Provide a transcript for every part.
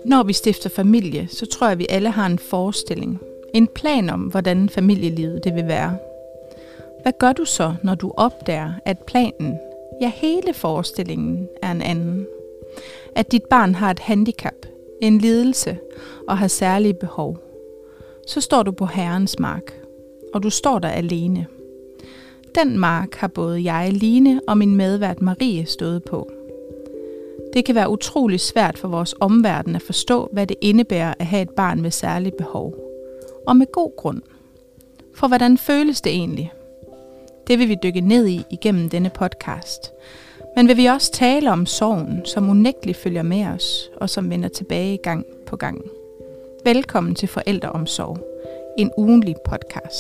Når vi stifter familie, så tror jeg, vi alle har en forestilling. En plan om, hvordan familielivet det vil være. Hvad gør du så, når du opdager, at planen, ja hele forestillingen, er en anden? At dit barn har et handicap, en lidelse og har særlige behov. Så står du på Herrens mark, og du står der alene. Den mark har både jeg, Line, og min medvært Marie stået på. Det kan være utrolig svært for vores omverden at forstå, hvad det indebærer at have et barn med særlige behov. Og med god grund. For hvordan føles det egentlig? Det vil vi dykke ned i igennem denne podcast. Men vil vi også tale om sorgen, som unægteligt følger med os, og som vender tilbage gang på gang. Velkommen til Forældreomsorg, en ugentlig podcast.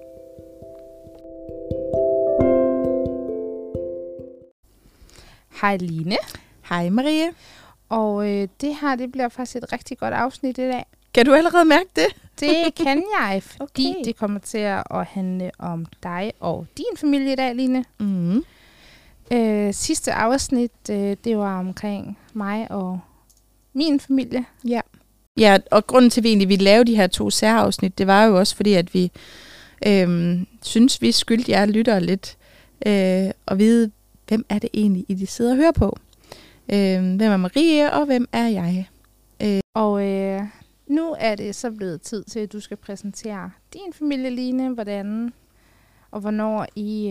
Hej Line. Hej Marie. Og det her, det bliver faktisk et rigtig godt afsnit i dag. Kan du allerede mærke det? Det kan jeg, fordi Okay. det kommer til at handle om dig og din familie i dag, Line. Mm. Sidste afsnit, det var omkring mig og min familie. Ja, og grunden til, at vi egentlig ville lave de her 2 særafsnit, det var jo også fordi, at vi synes, vi skyldte jer lyttere lidt at vide, hvem er det egentlig, I sidder og hører på. Hvem er Marie, og hvem er jeg? Og nu er det så blevet tid til, at du skal præsentere din familie, Line, hvordan og hvornår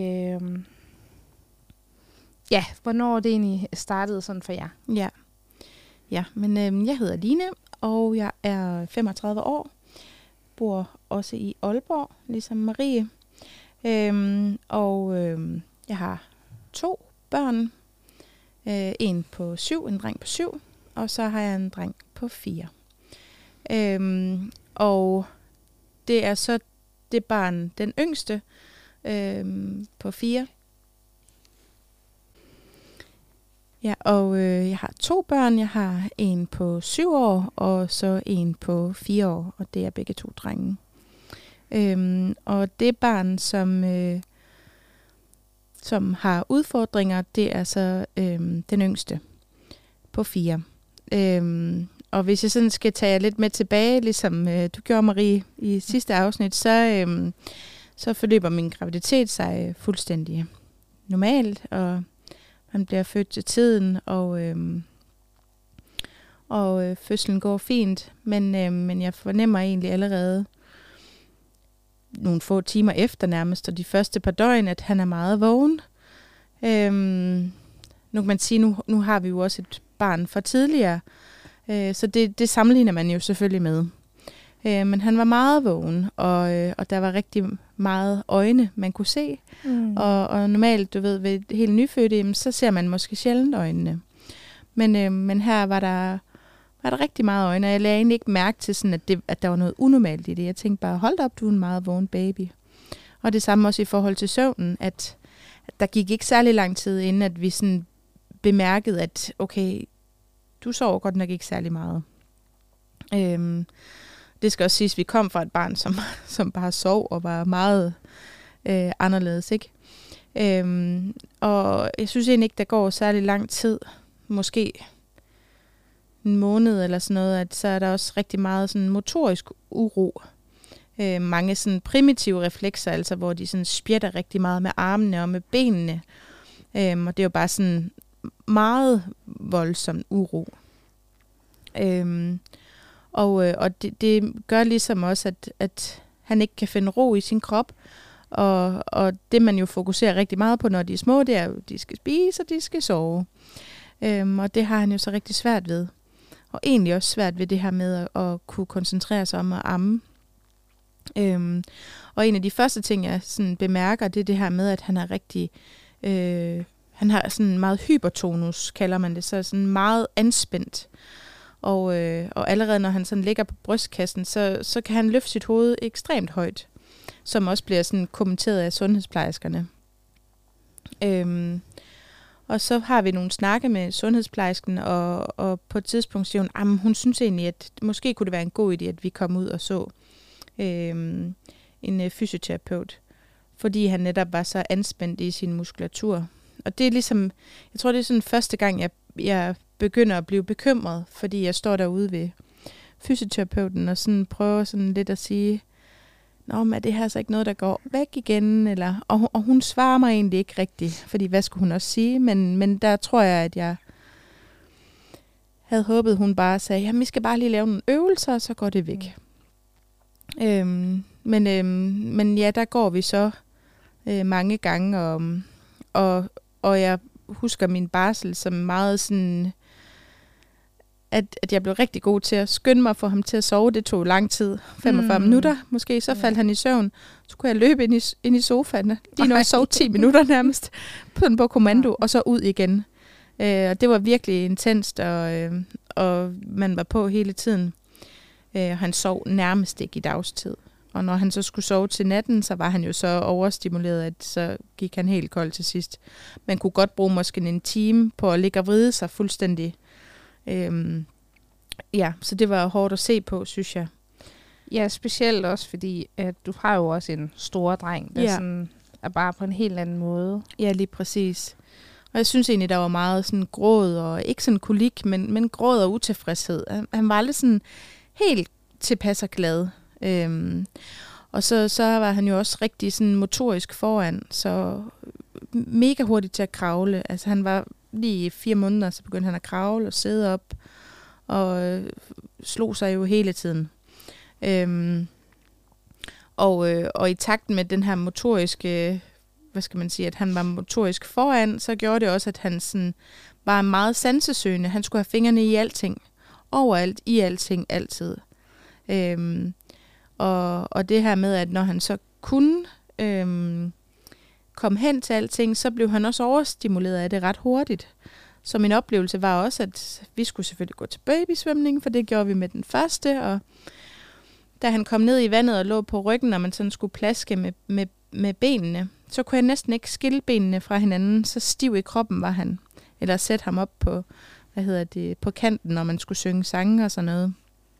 hvornår det egentlig startede sådan for jer. Ja, men jeg hedder Line, og jeg er 35 år. Bor også i Aalborg, ligesom Marie. Jeg har 2 børn. En på 7, en dreng på 7, og så har jeg en dreng på 4. Og det er så det barn, den yngste, på 4. Ja, og jeg har 2 børn. Jeg har en på 7 år, og så en på 4 år, og det er begge 2 drenge. Og det barn, som har udfordringer, det er så den yngste på 4. Og hvis jeg sådan skal tage lidt med tilbage, ligesom du gjorde, Marie, i sidste afsnit, så forløber min graviditet sig fuldstændig normalt, og man bliver født til tiden, og fødslen går fint, men jeg fornemmer egentlig allerede nogle få timer efter nærmest, og de første par døgn, at han er meget vågen. Nu kan man sige, nu har vi jo også et barn fra tidligere, så det sammenligner man jo selvfølgelig med. Men han var meget vågen, og der var rigtig meget øjne, man kunne se. Og normalt, du ved, ved helt nyfødte, så ser man måske sjældent øjnene. Men her var der rigtig meget øjne, og jeg lagde egentlig ikke mærke til, sådan, at der var noget unormalt i det. Jeg tænkte bare, hold op, du er en meget vågen baby. Og det samme også i forhold til søvnen, at der gik ikke særlig lang tid, inden at vi sådan bemærkede, at okay, du sover godt nok ikke særlig meget. Det skal også siges, at vi kom fra et barn, som bare sov og var meget anderledes, ikke? Og jeg synes egentlig ikke, der går særlig lang tid, måske en måned eller sådan noget, at så er der også rigtig meget sådan motorisk uro. Mange sådan primitive reflekser, altså hvor de sådan spjætter rigtig meget med armene og med benene. Og det er jo bare sådan meget voldsom uro. Og det gør ligesom også, at han ikke kan finde ro i sin krop. Og det man jo fokuserer rigtig meget på, når de er små, det er jo, at de skal spise, og de skal sove. Og det har han jo så rigtig svært ved. Og egentlig også svært ved det her med at kunne koncentrere sig om at amme. Og en af de første ting, jeg sådan bemærker, det er det her med, at han er rigtig... han har sådan meget hypertonus, kalder man det, så sådan meget anspændt. Og allerede når han sådan ligger på brystkassen, så kan han løfte sit hoved ekstremt højt, som også bliver sådan kommenteret af sundhedsplejerskerne. Og så har vi nogle snakke med sundhedsplejersken, og på et tidspunkt siger hun, hun synes egentlig, at måske kunne det være en god idé, at vi kom ud og så en fysioterapeut, fordi han netop var så anspændt i sin muskulatur. Og det er ligesom, jeg tror det er sådan første gang, jeg begynder at blive bekymret, fordi jeg står derude ved fysioterapeuten og sådan prøver sådan lidt at sige, nå, men er det her så ikke noget, der går væk igen? Eller, og hun svarer mig egentlig ikke rigtigt, fordi hvad skulle hun også sige? Men der tror jeg, at jeg havde håbet, hun bare sagde, jamen vi skal bare lige lave nogle øvelser, og så går det væk. Men ja, der går vi så mange gange, og jeg husker min barsel som meget sådan, at jeg blev rigtig god til at skynde mig for ham til at sove. Det tog lang tid, 45 minutter måske, så faldt han i søvn. Så kunne jeg løbe ind i sofaen, lige når jeg sov 10 minutter nærmest på kommando, og så ud igen. Og det var virkelig intenst, og man var på hele tiden. Han sov nærmest ikke i dagstid. Og når han så skulle sove til natten, så var han jo så overstimuleret, at så gik han helt kold til sidst. Man kunne godt bruge måske en time på at ligge og vride sig fuldstændig. Ja, så det var hårdt at se på, synes jeg. Ja, specielt også fordi, at du har jo også en stor dreng, der sådan er bare på en helt anden måde. Ja, lige præcis. Og jeg synes egentlig, der var meget sådan gråd, og ikke sådan kolik, men gråd og utilfredshed. Han var aldrig sådan helt tilpas og glad. Og så var han jo også rigtig sådan motorisk foran, så mega hurtigt til at kravle. Altså han var lige i 4 måneder, så begyndte han at kravle og sidde op, og slog sig jo hele tiden. Og i takt med den her motoriske, hvad skal man sige, at han var motorisk foran, så gjorde det også, at han sådan var meget sansesøgende. Han skulle have fingrene i alting. Overalt, i alting, altid. Og det her med, at når han så kunne komme hen til alting, så blev han også overstimuleret af det ret hurtigt. Så min oplevelse var også, at vi skulle selvfølgelig gå til babysvømning, for det gjorde vi med den første, og da han kom ned i vandet og lå på ryggen, og man sådan skulle plaske med benene, så kunne jeg næsten ikke skille benene fra hinanden, så stiv i kroppen var han. Eller sætte ham op på, på kanten, når man skulle synge sange og sådan noget.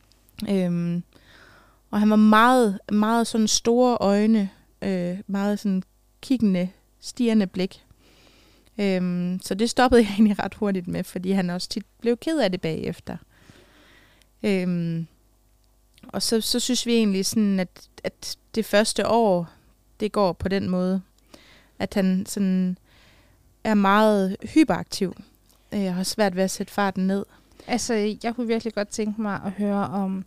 Og han var meget, meget sådan store øjne, meget sådan kiggende, stirrende blik. Så det stoppede jeg egentlig ret hurtigt med, fordi han også tit blev ked af det bagefter. Og så synes vi egentlig sådan, at det første år, det går på den måde, at han sådan er meget hyperaktiv. Jeg har svært ved at sætte farten ned. Altså, jeg kunne virkelig godt tænke mig at høre om,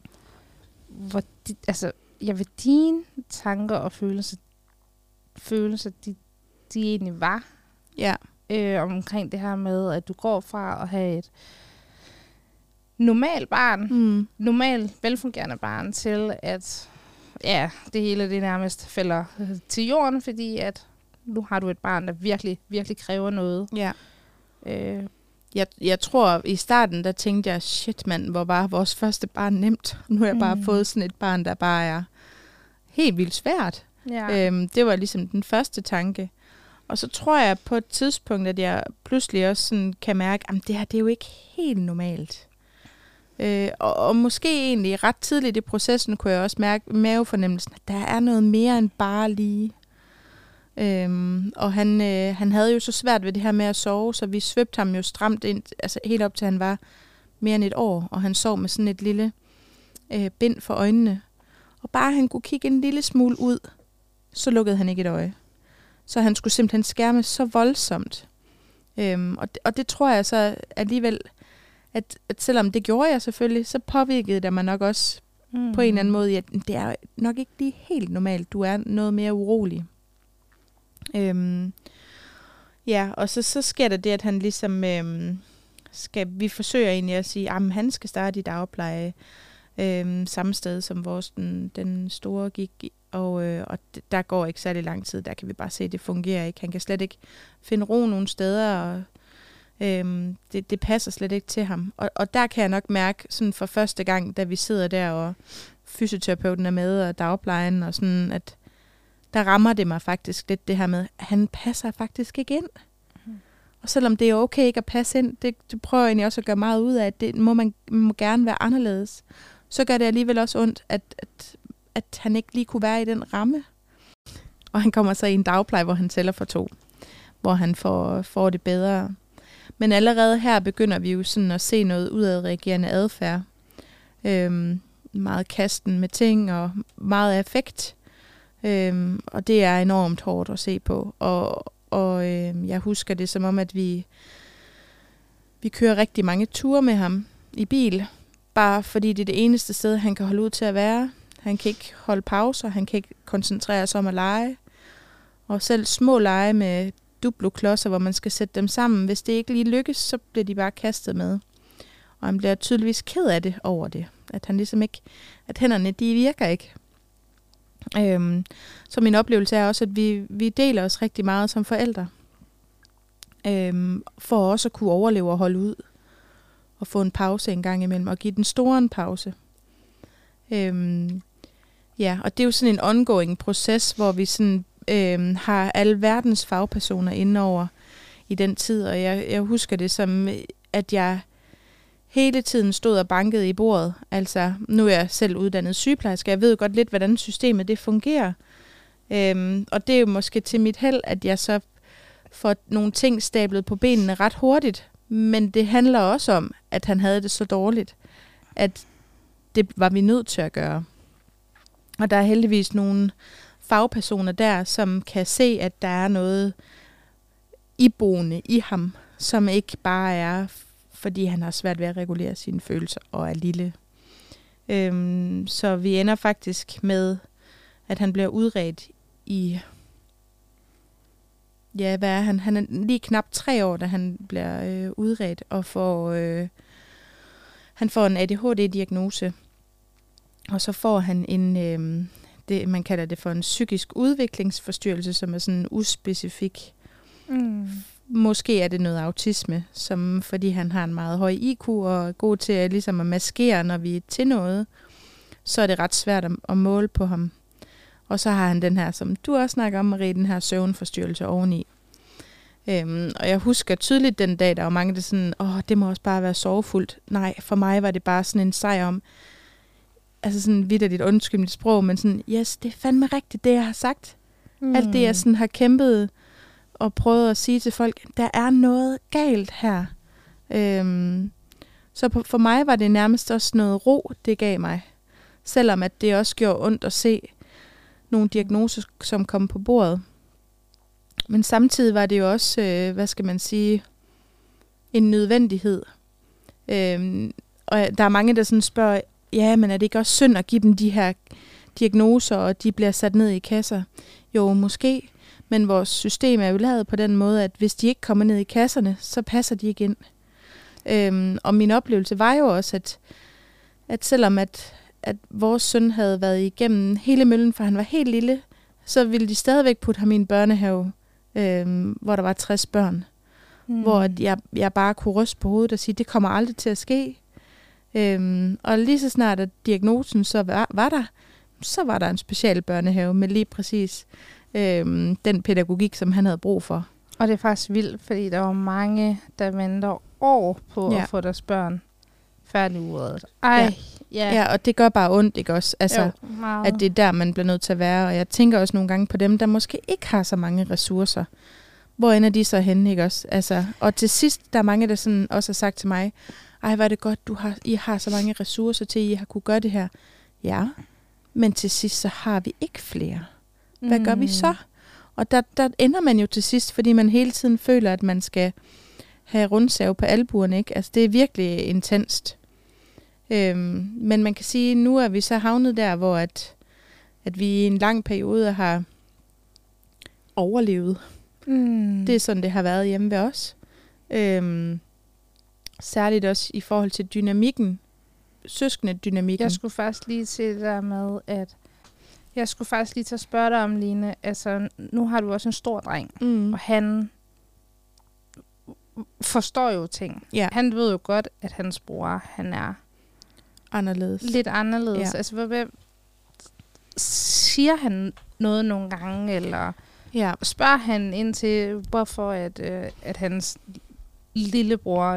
hvad dine tanker og følelser de egentlig var. Ja. Omkring det her med, at du går fra at have et normalt barn, normalt velfungerende barn, til at det hele det nærmest falder til jorden, fordi at nu har du et barn, der virkelig, virkelig kræver noget. Ja. Jeg tror, i starten, der tænkte jeg, shit mand, hvor var vores første barn nemt. Nu har jeg bare fået sådan et barn, der bare er helt vildt svært. Ja. Det var ligesom den første tanke. Og så tror jeg på et tidspunkt, at jeg pludselig også sådan kan mærke, at det her, det er jo ikke helt normalt. Og måske egentlig ret tidligt i processen, kunne jeg også mærke mavefornemmelsen, at der er noget mere end bare lige. Og han havde jo så svært ved det her med at sove, så vi svøbte ham jo stramt ind, altså helt op til han var mere end 1 år, og han sov med sådan et lille bind for øjnene. Og bare han kunne kigge en lille smule ud, så lukkede han ikke et øje. Så han skulle simpelthen skærme så voldsomt. Og det tror jeg så alligevel, at selvom det gjorde jeg selvfølgelig, så påvirkede det mig nok også på en eller anden måde, at det er nok ikke lige helt normalt. Du er noget mere urolig. Og så sker der det, at han ligesom vi forsøger egentlig at sige, at han skal starte i dagpleje samme sted som den store gik, og der går ikke særlig lang tid. Der kan vi bare se, at det fungerer ikke. Han kan slet ikke finde ro nogen steder, og det passer slet ikke til ham. Og der kan jeg nok mærke, sådan for første gang, da vi sidder der, og fysioterapeuten er med, og dagplejen, og sådan, at der rammer det mig faktisk lidt det her med, at han passer faktisk ikke ind. Og selvom det er okay ikke at passe ind, det prøver jeg egentlig også at gøre meget ud af, at det man må gerne være anderledes. Så gør det alligevel også ondt, at han ikke lige kunne være i den ramme. Og han kommer så i en dagpleje, hvor han tæller for 2, hvor han får det bedre. Men allerede her begynder vi jo sådan at se noget udadreagerende adfærd. Meget kasten med ting og meget affekt. Og det er enormt hårdt at se på. Og jeg husker det som om, at vi kører rigtig mange ture med ham i bil. Bare fordi det er det eneste sted, han kan holde ud til at være. Han kan ikke holde pauser, han kan ikke koncentrere sig om at lege. Og selv små lege med duploklodser, hvor man skal sætte dem sammen. Hvis det ikke lige lykkes, så bliver de bare kastet med. Og han bliver tydeligvis ked af det over det. At han ligesom ikke, at hænderne, de virker ikke. Så min oplevelse er også, at vi deler os rigtig meget som forældre. For også at kunne overleve og holde ud. Og få en pause en gang imellem. Og give den store en pause. Ja, og det er jo sådan en ongoing proces, hvor vi sådan har alle verdens fagpersoner inde over i den tid. Og jeg husker det som, at jeg hele tiden stod og bankede i bordet. Altså, nu er jeg selv uddannet sygeplejerske. Jeg ved godt lidt, hvordan systemet det fungerer. Og det er jo måske til mit held, at jeg så får nogle ting stablet på benene ret hurtigt. Men det handler også om, at han havde det så dårligt, at det var vi nødt til at gøre. Og der er heldigvis nogle fagpersoner der, som kan se, at der er noget iboende i ham, som ikke bare er, fordi han har svært ved at regulere sine følelser og er lille. Så vi ender faktisk med, at han bliver udredt i, ja, hvad er han? Han er lige knap 3 år, da han bliver udredt og han får en ADHD-diagnose. Og så får han en, man kalder det for en psykisk udviklingsforstyrrelse, som er sådan uspecifik. Måske er det noget autisme, fordi han har en meget høj IQ og er god til ligesom at maskere, når vi er til noget, så er det ret svært at måle på ham. Og så har han den her, som du også snakker om, Marie, den her søvnforstyrrelse oveni. Og jeg husker tydeligt den dag, der var mange, der sådan, det må også bare være sorgfuldt. Nej, for mig var det bare sådan en sejr om, altså sådan vitterligt undskyldende sprog, men sådan, yes, det er fandme rigtigt, det jeg har sagt. Alt det, jeg sådan har kæmpet og prøvet at sige til folk, der er noget galt her. Så for mig var det nærmest også noget ro, det gav mig. Selvom at det også gjorde ondt at se nogle diagnoser, som kom på bordet. Men samtidig var det jo også, hvad skal man sige, en nødvendighed. Og der er mange, der sådan spørger, ja, men er det ikke også synd at give dem de her diagnoser, og de bliver sat ned i kasser? Jo, måske. Men vores system er jo lavet på den måde, at hvis de ikke kommer ned i kasserne, så passer de ikke ind. Og min oplevelse var jo også, at selvom at vores søn havde været igennem hele møllen, for han var helt lille, så ville de stadigvæk putte ham i en børnehave, hvor der var 60 børn. Hvor jeg bare kunne ryste på hovedet og sige, det kommer aldrig til at ske. Og lige så snart at diagnosen så var der, så var der en special børnehave med lige præcis den pædagogik, som han havde brug for. Og det er faktisk vildt, fordi der var mange, der venter år på at få deres børn færdigudredet. Ja, og det gør bare ondt, ikke også? Altså, jo, at det er der, man bliver nødt til at være. Og jeg tænker også nogle gange på dem, der måske ikke har så mange ressourcer. Hvor ender de så henne, ikke også? Altså, og til sidst, der er mange, der sådan også har sagt til mig, ej, hvor er det godt, I har så mange ressourcer til, I har kunne gøre det her. Ja, men til sidst, så har vi ikke flere. Hvad gør vi så? Og der ender man jo til sidst, fordi man hele tiden føler, at man skal have rundsav på albuerne, ikke? Altså, det er virkelig intenst. Men man kan sige, at nu er vi så havnet der, hvor at vi i en lang periode har overlevet. Det er sådan, det har været hjemme ved os. Særligt også i forhold til dynamikken, søskende-dynamikken. Jeg skulle faktisk lige til det der med, at jeg skulle faktisk lige til at spørge dig om, Line, altså nu har du også en stor dreng, og han forstår jo ting. Ja. Han ved jo godt, at hans bror, han er anderledes. Lidt anderledes. Ja. Altså, siger han noget nogle gange, eller spørger han ind til, hvorfor at hans lillebror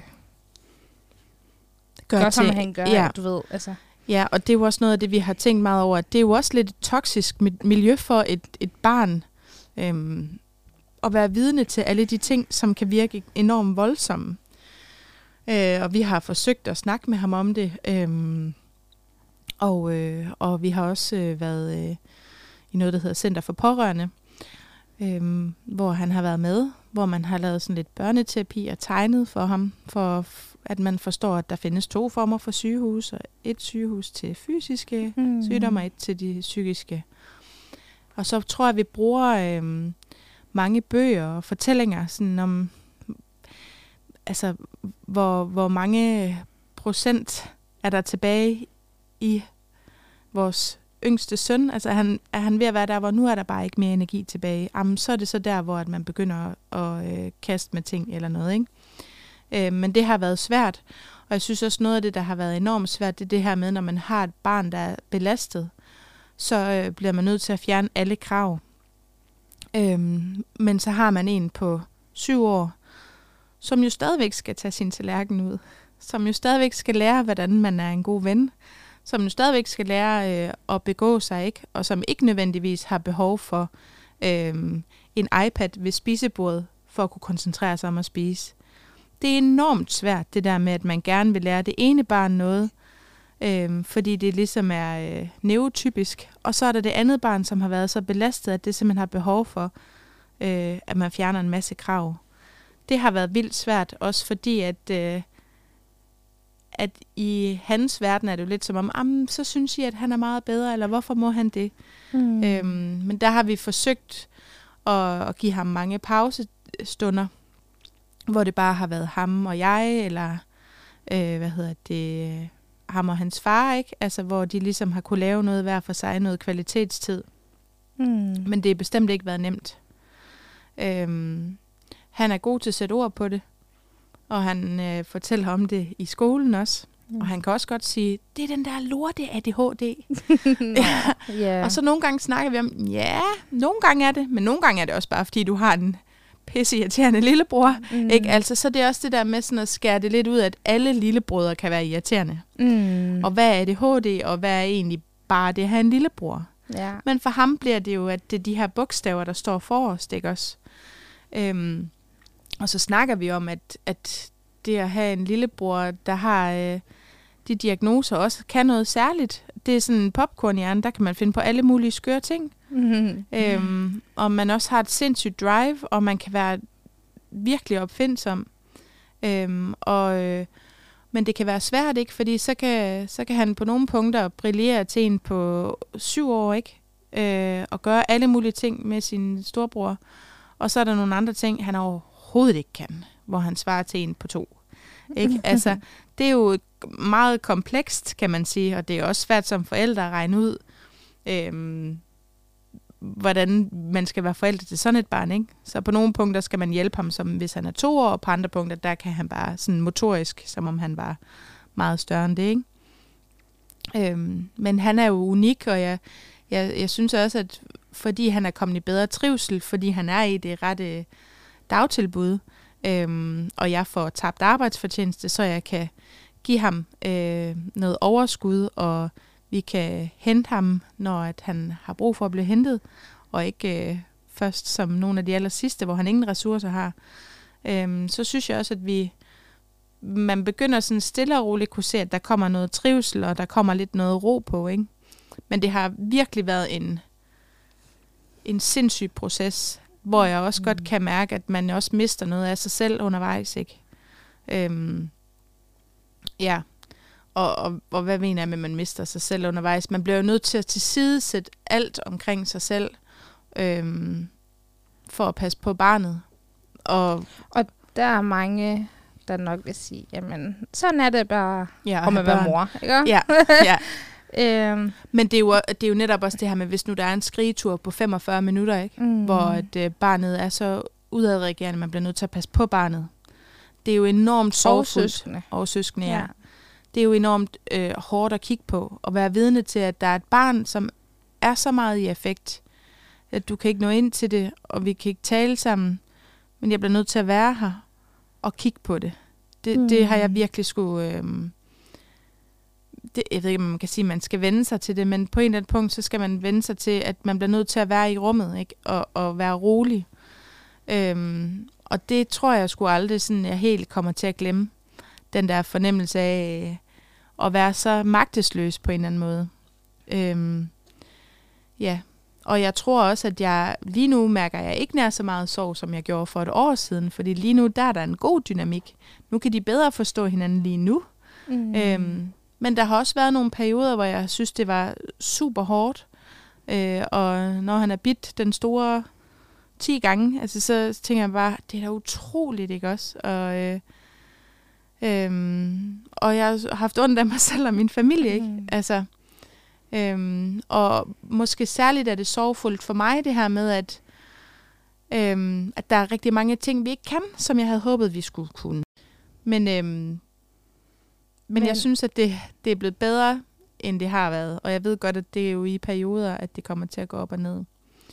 gør som han gør, du ved. Altså. Ja, og det er jo også noget af det, vi har tænkt meget over, at det er jo også lidt et toksisk miljø for et barn. at være vidne til alle de ting, som kan virke enormt voldsomme. Og vi har forsøgt at snakke med ham om det. Og vi har også været i noget, der hedder Center for Pårørende, hvor han har været med, hvor man har lavet sådan lidt børneterapi og tegnet for ham, for at man forstår, at der findes 2 former for sygehus, og et sygehus til fysiske sygdomme, og et til de psykiske. Og så tror jeg, vi bruger mange bøger og fortællinger sådan om, altså, hvor mange procent er der tilbage i vores yngste søn. Altså, er han ved at være der, hvor nu er der bare ikke mere energi tilbage. Jamen, så er det så der, hvor at man begynder at kaste med ting eller noget, ikke? Men det har været svært. Og jeg synes også, noget af det, der har været enormt svært, det er det her med, når man har et barn, der er belastet, så bliver man nødt til at fjerne alle krav. Men så har man en på 7 år, som jo stadigvæk skal tage sin tallerken ud. Som jo stadigvæk skal lære, hvordan man er en god ven. Som jo stadigvæk skal lære at begå sig, ikke? Og som ikke nødvendigvis har behov for en iPad ved spisebordet, for at kunne koncentrere sig om at spise. Det er enormt svært, det der med, at man gerne vil lære det ene barn noget, fordi det ligesom er neurotypisk. Og så er der det andet barn, som har været så belastet, at det simpelthen har behov for, at man fjerner en masse krav. Det har været vildt svært, også fordi, at i hans verden er det jo lidt som om, så synes I, at han er meget bedre, eller hvorfor må han det? Men der har vi forsøgt at give ham mange pausestunder, hvor det bare har været ham og jeg, eller ham og hans far, ikke? Altså, hvor de ligesom har kunne lave noget hver for sig, noget kvalitetstid. Men det har bestemt ikke været nemt. Han er god til at sætte ord på det, og han fortæller om det i skolen også. Og han kan også godt sige, det er den der lorte ADHD. Og så nogle gange snakker vi om, nogle gange er det, men nogle gange er det også bare, fordi du har en pisseirriterende lillebror. Ikke? Altså, så det er også det der med sådan at skære det lidt ud, at alle lillebrødre kan være irriterende. Og hvad er ADHD, og hvad er egentlig bare det at have en lillebror? Ja. Men for ham bliver det jo, at det er de her bogstaver, der står forrest, ikke også? Og så snakker vi om, at det at have en lillebror, der har de diagnoser også, kan noget særligt. Det er sådan en popcornhjerne, der kan man finde på alle mulige skøre ting. Og man også har et sindssygt drive, og man kan være virkelig opfindsom. Men det kan være svært, ikke? Fordi så kan han på nogle punkter brillere til en på 7 år, ikke? Og gøre alle mulige ting med sin storebror. Og så er der nogle andre ting, han overhovedet ikke kan, hvor han svarer til en på 2. Ikke? Altså, det er jo meget komplekst, kan man sige, og det er også svært som forældre at regne ud, hvordan man skal være forældre til sådan et barn, ikke? Så på nogle punkter skal man hjælpe ham, som hvis han er 2 år, og på andre punkter, der kan han bare sådan motorisk, som om han var meget større end det, ikke? Men han er jo unik, og jeg synes også, at fordi han er kommet i bedre trivsel, fordi han er i det rette dagtilbud, og jeg får tabt arbejdsfortjeneste, så jeg kan give ham noget overskud, og vi kan hente ham, når at han har brug for at blive hentet, og ikke først som nogle af de aller sidste, hvor han ingen ressourcer har. Så synes jeg også, at man begynder sådan stille og roligt kunne se, at der kommer noget trivsel, og der kommer lidt noget ro på, ikke? Men det har virkelig været en sindssyg proces, hvor jeg også godt kan mærke, at man også mister noget af sig selv undervejs, ikke? Ja. Og hvad mener jeg med, at man mister sig selv undervejs? Man bliver jo nødt til at tilsidesætte alt omkring sig selv, for at passe på barnet. Og der er mange, der nok vil sige, jamen, sådan er det bare om at være mor, ikke? Ja, ja. Men det er jo netop også det her med, hvis nu der er en skrigetur på 45 minutter, ikke? Hvor at, barnet er så udadreagerende, man bliver nødt til at passe på barnet. Det er jo enormt sorgfuldt. Og søskende, ja. Det er jo enormt hårdt at kigge på, og være vidne til, at der er et barn, som er så meget i affekt, at du kan ikke nå ind til det, og vi kan ikke tale sammen, men jeg bliver nødt til at være her og kigge på det. Det har jeg virkelig skulle... jeg ved ikke, om man kan sige, at man skal vende sig til det, men på en eller anden punkt, så skal man vende sig til, at man bliver nødt til at være i rummet, ikke? Og være rolig. Og det tror jeg sgu aldrig, sådan, jeg helt kommer til at glemme. Den der fornemmelse af at være så magtesløs på en eller anden måde. Ja, og jeg tror også, at jeg lige nu mærker jeg ikke nær så meget sorg, som jeg gjorde for et år siden. Fordi lige nu, der er der en god dynamik. Nu kan de bedre forstå hinanden lige nu. Men der har også været nogle perioder, hvor jeg synes, det var super hårdt. Og når han er bidt den store 10 gange, altså, så tænker jeg bare, det er da utroligt, ikke også? Og jeg har haft ondt af mig selv og min familie, ikke? Altså, og måske særligt er det sorgfuldt for mig, det her med, at der er rigtig mange ting, vi ikke kan, som jeg havde håbet, vi skulle kunne. Men jeg synes, at det er blevet bedre, end det har været. Og jeg ved godt, at det er jo i perioder, at det kommer til at gå op og ned.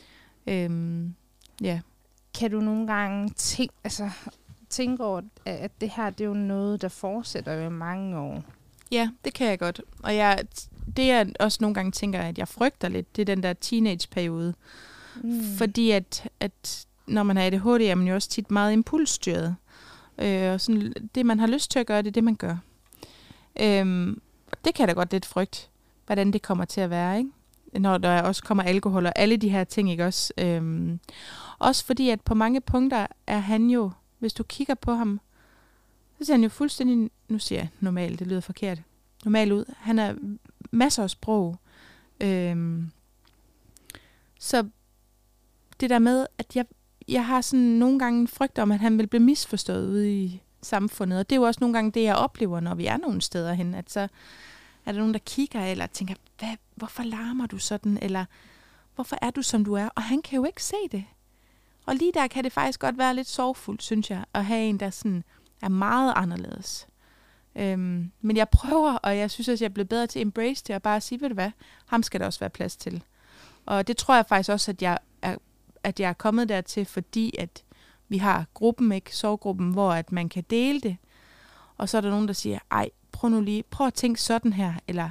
Ja. Kan du nogle gange tænke over, at det her, det er jo noget, der fortsætter jo mange år? Ja, det kan jeg godt. Og det jeg også nogle gange tænker, at jeg frygter lidt, det er den der teenageperiode. Fordi at når man har ADHD, er man jo også tit meget impulsstyret. Og sådan, det, man har lyst til at gøre, det er det, man gør. Det kan jeg da godt lidt frygte, hvordan det kommer til at være, ikke? Når der også kommer alkohol og alle de her ting, ikke også? Også fordi, at på mange punkter er han jo, hvis du kigger på ham, så ser han jo fuldstændig, nu siger jeg normalt, det lyder forkert, normal ud. Han har masser af sprog. Så det der med, at jeg har sådan nogle gange frygt om, at han vil blive misforstået ude i samfundet. Og det er jo også nogle gange det, jeg oplever, når vi er nogle steder hen, at så er der nogen, der kigger eller tænker, hvorfor larmer du sådan? Eller hvorfor er du, som du er? Og han kan jo ikke se det. Og lige der kan det faktisk godt være lidt sorgfuldt, synes jeg, at have en, der sådan er meget anderledes. Men jeg prøver, og jeg synes også, jeg er blevet bedre til at embrace det, og bare sige, ved du hvad, ham skal der også være plads til. Og det tror jeg faktisk også, at jeg er kommet dertil, fordi at vi har gruppen, ikke, sorggruppen, hvor at man kan dele det. Og så er der nogen, der siger, prøv at tænke sådan her, eller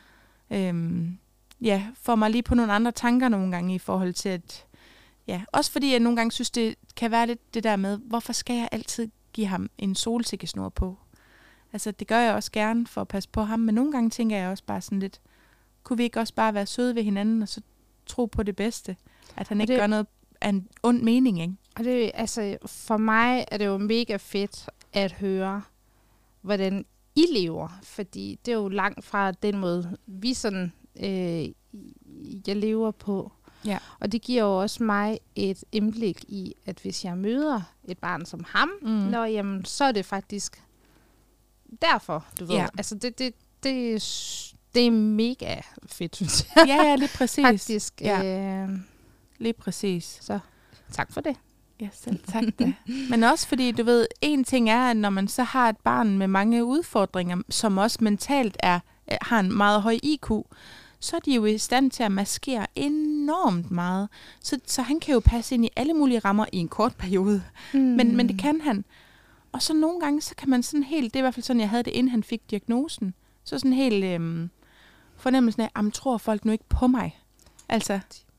får mig lige på nogle andre tanker nogle gange i forhold til, at også fordi jeg nogle gange synes, det kan være lidt det der med, hvorfor skal jeg altid give ham en solsikkesnor på? Altså, det gør jeg også gerne for at passe på ham, men nogle gange tænker jeg også bare sådan lidt, kunne vi ikke også bare være søde ved hinanden, og så tro på det bedste? At han ikke gør noget af en ond mening, ikke? Og det, altså, for mig er det jo mega fedt at høre, hvordan I lever, fordi det er jo langt fra den måde, vi sådan, jeg lever på. Ja. Og det giver jo også mig et indblik i, at hvis jeg møder et barn som ham, jamen, så er det faktisk derfor, du ved. Altså, det er mega fedt, synes jeg. Ja, lige præcis. Faktisk. Lige præcis. Så tak for det. Ja, selv tak da. Men også fordi, du ved, en ting er, at når man så har et barn med mange udfordringer, som også mentalt har en meget høj IQ, så er de jo i stand til at maskere enormt meget. Så han kan jo passe ind i alle mulige rammer i en kort periode. Men det kan han. Og så nogle gange, så kan man sådan helt, det er i hvert fald sådan, jeg havde det, inden han fik diagnosen, så sådan helt fornemmelsen af, tror folk nu ikke på mig? Altså,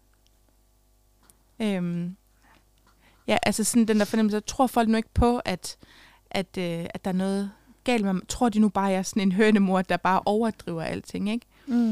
altså sådan den der fornemmelse, tror folk nu ikke på, at der er noget galt med mig? Tror de nu bare, jeg er sådan en hønemor, der bare overdriver alting, ikke?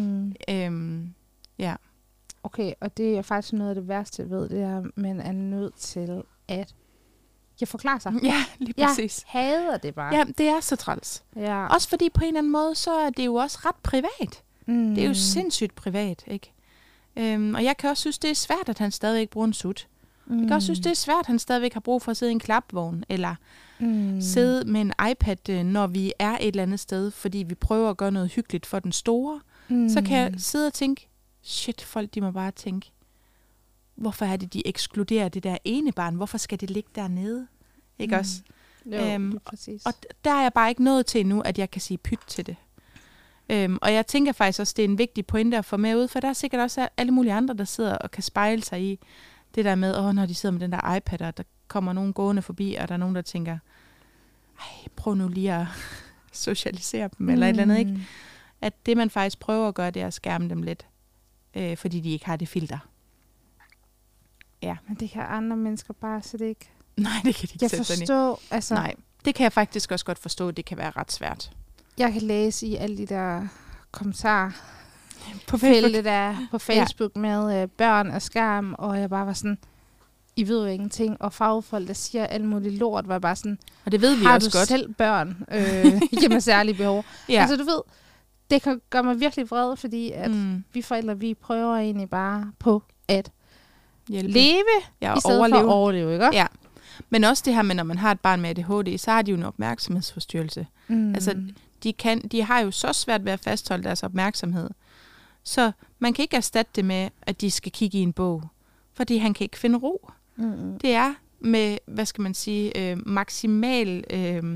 Ja. Okay, og det er faktisk noget af det værste, jeg ved, det er, at man er nødt til at forklare sig. Ja, lige præcis. Jeg hader det bare. Ja, det er så træls. Ja. Også fordi på en eller anden måde, så er det jo også ret privat. Det er jo sindssygt privat, ikke? Og jeg kan også synes, det er svært, at han stadigvæk bruger en sut. Jeg kan også synes, det er svært, at han stadigvæk har brug for at sidde i en klapvogn, eller sidde med en iPad, når vi er et eller andet sted, fordi vi prøver at gøre noget hyggeligt for den store. Så kan jeg sidde og tænke, shit, folk de må bare tænke, hvorfor er det, de ekskluderer det der ene barn? Hvorfor skal det ligge dernede? Ikke også? Jo, præcis. Og der er jeg bare ikke nået til endnu, at jeg kan sige pyt til det. Og jeg tænker faktisk også, det er en vigtig pointe at få med ud, for der er sikkert også alle mulige andre, der sidder og kan spejle sig i det der med, når de sidder med den der iPad, og der kommer nogen gående forbi, og der er nogen, der tænker, prøv nu lige at socialisere dem, eller et eller andet, ikke? At det, man faktisk prøver at gøre, det er at skærme dem lidt, fordi de ikke har det filter. Ja. Men det kan andre mennesker bare slet ikke Nej, det kan de ikke sætte sig ind i. Altså, nej, det kan jeg faktisk også godt forstå, det kan være ret svært. Jeg kan læse i alle de der kommentarer på Facebook, på Facebook med børn og skærm, og jeg bare var sådan, I ved jo ingenting, og fagfolk, der siger alt muligt lort, var bare sådan, og det ved vi også godt. Har du selv børn med særlige behov? Ja. Altså du ved, det kan gøre mig virkelig vred, fordi at vi forældre, vi prøver egentlig bare på at leve, i stedet for at overleve, ikke? Ja. Men også det her med, når man har et barn med ADHD, så har de jo en opmærksomhedsforstyrrelse. Altså, de har jo så svært ved at fastholde deres opmærksomhed. Så man kan ikke erstatte det med, at de skal kigge i en bog, fordi han kan ikke finde ro. Det er med, hvad skal man sige, maksimal,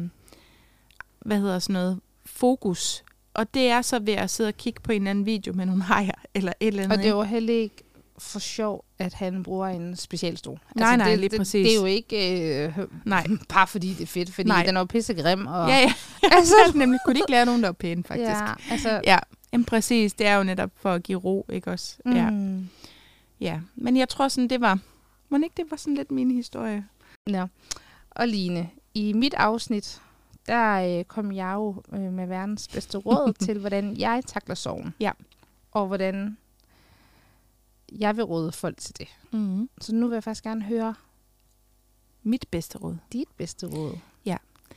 fokus. Og det er så ved at sidde og kigge på en anden video med nogle hajer, eller et eller andet. Og det er jo heller ikke for sjov, at han bruger en specialstol. Nej, lige præcis. Det er jo ikke bare fordi det er fedt, fordi den er jo pissegrim. Og ja. Altså, nemlig kunne de ikke lære nogen, der er pæne, faktisk. Ja, altså. Ja, jamen, præcis. Det er jo netop for at give ro, ikke også? Ja, men jeg tror sådan, det var sådan lidt min historie. Ja, og Line, i mit afsnit, der kom jeg jo med verdens bedste råd til, hvordan jeg takler sorgen. Ja. Og hvordan jeg vil råde folk til det. Så nu vil jeg faktisk gerne høre mit bedste råd. Dit bedste råd. Ja.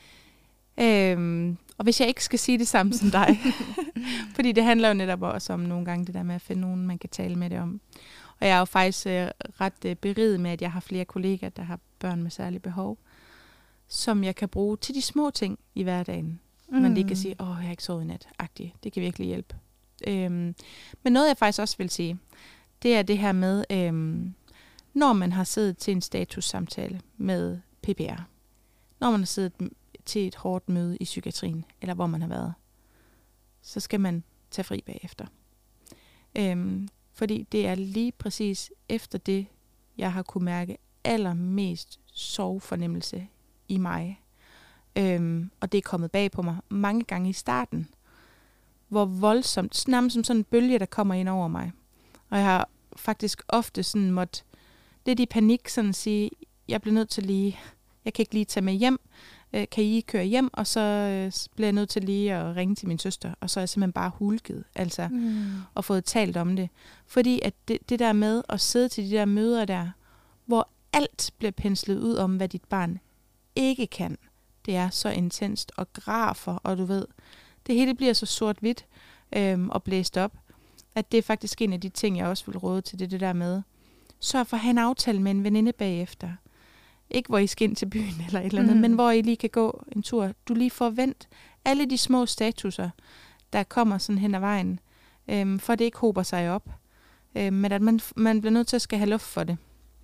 Og hvis jeg ikke skal sige det samme som dig, fordi det handler jo netop også om nogle gange det der med at finde nogen, man kan tale med det om. Og jeg er jo faktisk ret beriget med, at jeg har flere kollegaer, der har børn med særlige behov, som jeg kan bruge til de små ting i hverdagen. Man lige kan sige, jeg har ikke sovet i nat-agtigt. Det kan virkelig hjælpe. Men noget jeg faktisk også vil sige, det er det her med, når man har siddet til en statussamtale med PPR, når man har siddet til et hårdt møde i psykiatrien, eller hvor man har været, så skal man tage fri bagefter. Fordi det er lige præcis efter det, jeg har kunne mærke allermest sorgfornemmelse i mig. Og det er kommet bag på mig mange gange i starten, hvor voldsomt, nærmest som sådan en bølge, der kommer ind over mig. Og jeg har faktisk ofte sådan måtte lidt i panik sådan sige, jeg bliver nødt til jeg kan ikke lige tage med hjem, kan I køre hjem, og så bliver jeg nødt til lige at ringe til min søster, og så er jeg simpelthen bare hulket, altså, og fået talt om det. Fordi at det der med at sidde til de der møder der, hvor alt bliver penslet ud om, hvad dit barn ikke kan, det er så intenst, og grafer, og du ved, det hele bliver så sort-hvidt og blæst op, at det er faktisk en af de ting, jeg også vil råde til, det der med, sørg for at have en aftale med en veninde bagefter. Ikke hvor I skal ind til byen eller et eller andet, men hvor I lige kan gå en tur. Du lige får vendt alle de små statuser, der kommer sådan hen ad vejen, for det ikke hober sig op. Men at man bliver nødt til at skal have luft for det.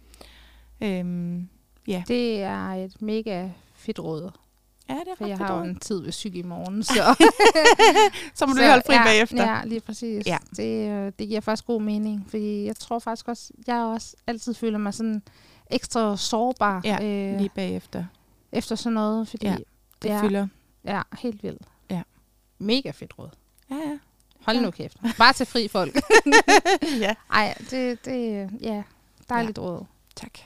Ja. Det er et mega fedt råd. Ja, det er for jeg har jo en tid ved syg i morgen, så så må du holde fri bagefter. Ja, lige præcis. Ja. Det giver faktisk god mening, fordi jeg tror faktisk også, jeg også altid føler mig sådan ekstra sårbar. Ja, lige bagefter. Efter sådan noget, fordi det fylder. Ja, helt vildt. Ja. Mega fedt råd. Ja. Hold nu kæft. Bare til fri folk. Ja. Ej, det dejligt råd. Tak.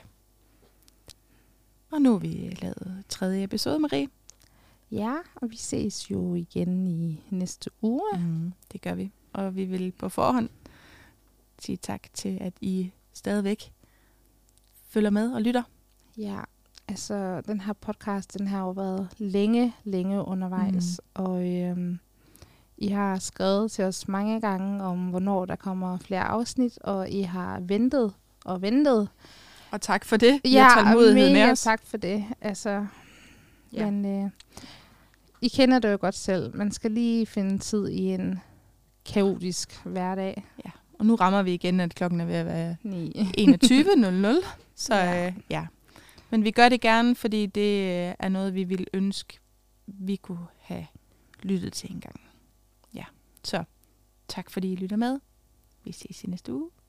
Og nu har vi lavet 3. episode, Marie. Ja, og vi ses jo igen i næste uge. Det gør vi. Og vi vil på forhånd sige tak til, at I stadigvæk følger med og lytter. Ja, altså den her podcast, den har jo været længe undervejs. Og I har skrevet til os mange gange om, hvornår der kommer flere afsnit, og I har ventet. Og tak for det. Ja, mega tak for det. Altså, men I kender det jo godt selv. Man skal lige finde tid i en kaotisk hverdag. Ja, og nu rammer vi igen, at klokken er ved at være 21.00. Så ja. Men vi gør det gerne, fordi det er noget, vi ville ønske, vi kunne have lyttet til engang. Ja, så tak fordi I lytter med. Vi ses i næste uge.